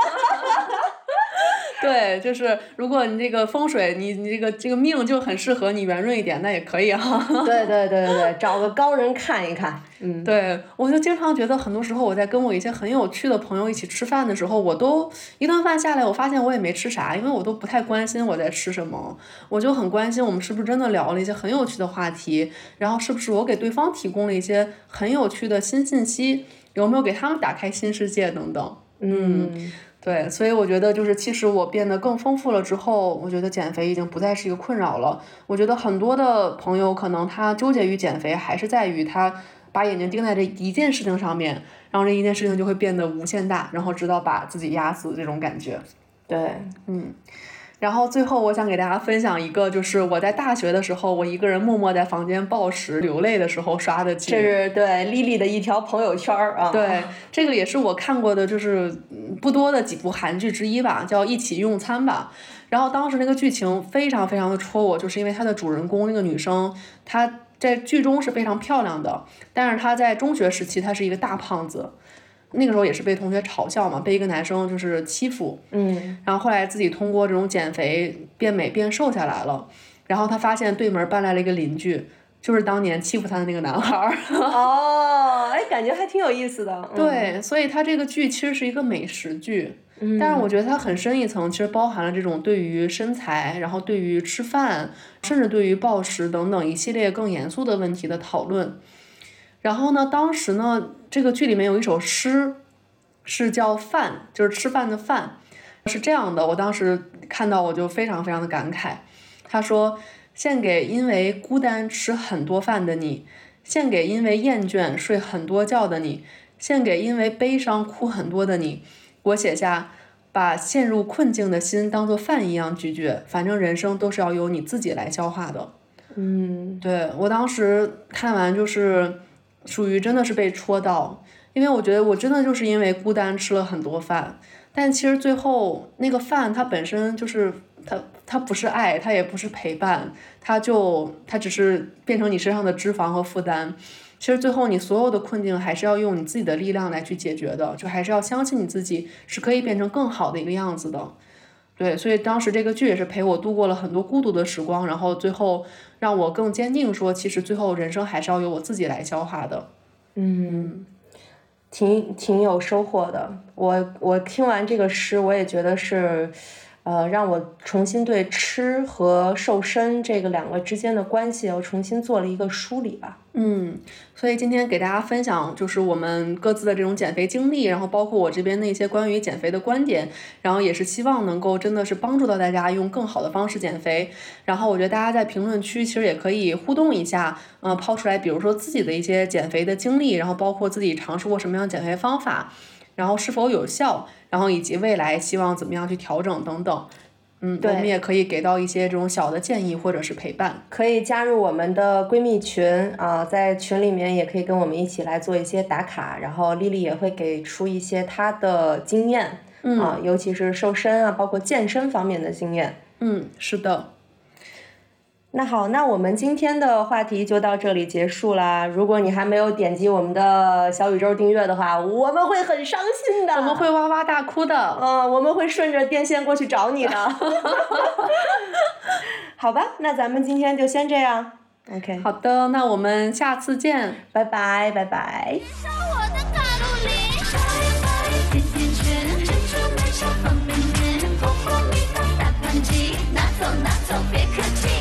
对，就是如果你这个风水，你你这个这个命就很适合你圆润一点，那也可以啊。 对对对对对，找个高人看一看。嗯， 对，我就经常觉得很多时候我在跟我一些很有趣的朋友一起吃饭的时候，我都一顿饭下来，我发现我也没吃啥，因为我都不太关心我在吃什么，我就很关心我们是不是真的聊了一些很有趣的话题，然后是不是我给对方提供了一些很有趣的新信息，有没有给他们打开新世界等等。 嗯。 嗯对，所以我觉得就是其实我变得更丰富了之后，我觉得减肥已经不再是一个困扰了。我觉得很多的朋友可能他纠结于减肥，还是在于他把眼睛盯在这一件事情上面，然后这一件事情就会变得无限大，然后直到把自己压死这种感觉。 对， 嗯。然后最后我想给大家分享一个，就是我在大学的时候，我一个人默默在房间暴食流泪的时候刷的剧。 这是对莉莉的一条朋友圈啊。 对，这个也是我看过的，就是不多的几部韩剧之一吧，叫《一起用餐吧》。然后当时那个剧情非常非常的戳我，就是因为它的主人公那个女生，她在剧中是非常漂亮的，但是她在中学时期她是一个大胖子。那个时候也是被同学嘲笑嘛，被一个男生就是欺负， 嗯， 然后后来自己通过这种减肥变美变瘦下来了，然后他发现对门搬来了一个邻居，就是当年欺负他的那个男孩。 哦，哎，感觉还挺有意思的。 嗯、对，所以他这个剧其实是一个美食剧，嗯、但是我觉得它很深一层，其实包含了这种对于身材，然后对于吃饭，甚至对于暴食等等一系列更严肃的问题的讨论。然后呢，当时呢，这个剧里面有一首诗，是叫饭，就是吃饭的饭，是这样的。我当时看到我就非常非常的感慨。他说：“献给因为孤单吃很多饭的你，献给因为厌倦睡很多觉的你，献给因为悲伤哭很多的你。我写下，把陷入困境的心当作饭一样咀嚼，反正人生都是要由你自己来消化的。” 嗯， 对，我当时看完就是。属于真的是被戳到，因为我觉得我真的就是因为孤单吃了很多饭，但其实最后那个饭它本身就是它它不是爱，它也不是陪伴，它就它只是变成你身上的脂肪和负担。其实最后你所有的困境还是要用你自己的力量来去解决的，就还是要相信你自己是可以变成更好的一个样子的。对，所以当时这个剧也是陪我度过了很多孤独的时光，然后最后让我更坚定说，其实最后人生还是要由我自己来消化的。 嗯，挺挺有收获的。我我听完这个诗，我也觉得是， 呃，让我重新对吃和瘦身这个两个之间的关系又重新做了一个梳理吧。 嗯，所以今天给大家分享就是我们各自的这种减肥经历，然后包括我这边的一些关于减肥的观点，然后也是希望能够真的是帮助到大家用更好的方式减肥。然后我觉得大家在评论区其实也可以互动一下，呃，抛出来比如说自己的一些减肥的经历，然后包括自己尝试过什么样的减肥方法，然后是否有效，然后以及未来希望怎么样去调整等等。嗯，我们也可以给到一些这种小的建议或者是陪伴， 可以加入我们的闺蜜群啊，在群里面也可以跟我们一起来做一些打卡，然后丽丽也会给出一些她的经验，嗯啊，尤其是瘦身啊，包括健身方面的经验。 嗯，是的。 那好，那我们今天的话题就到这里结束啦。如果你还没有点击我们的小宇宙订阅的话，我们会很伤心的， 我们会哇哇大哭的， 嗯、呃，我们会顺着电线过去找你的。好吧，那咱们今天就先这样。OK， 好的，那我们下次见， 拜拜，拜拜。拿走拿走，别客气。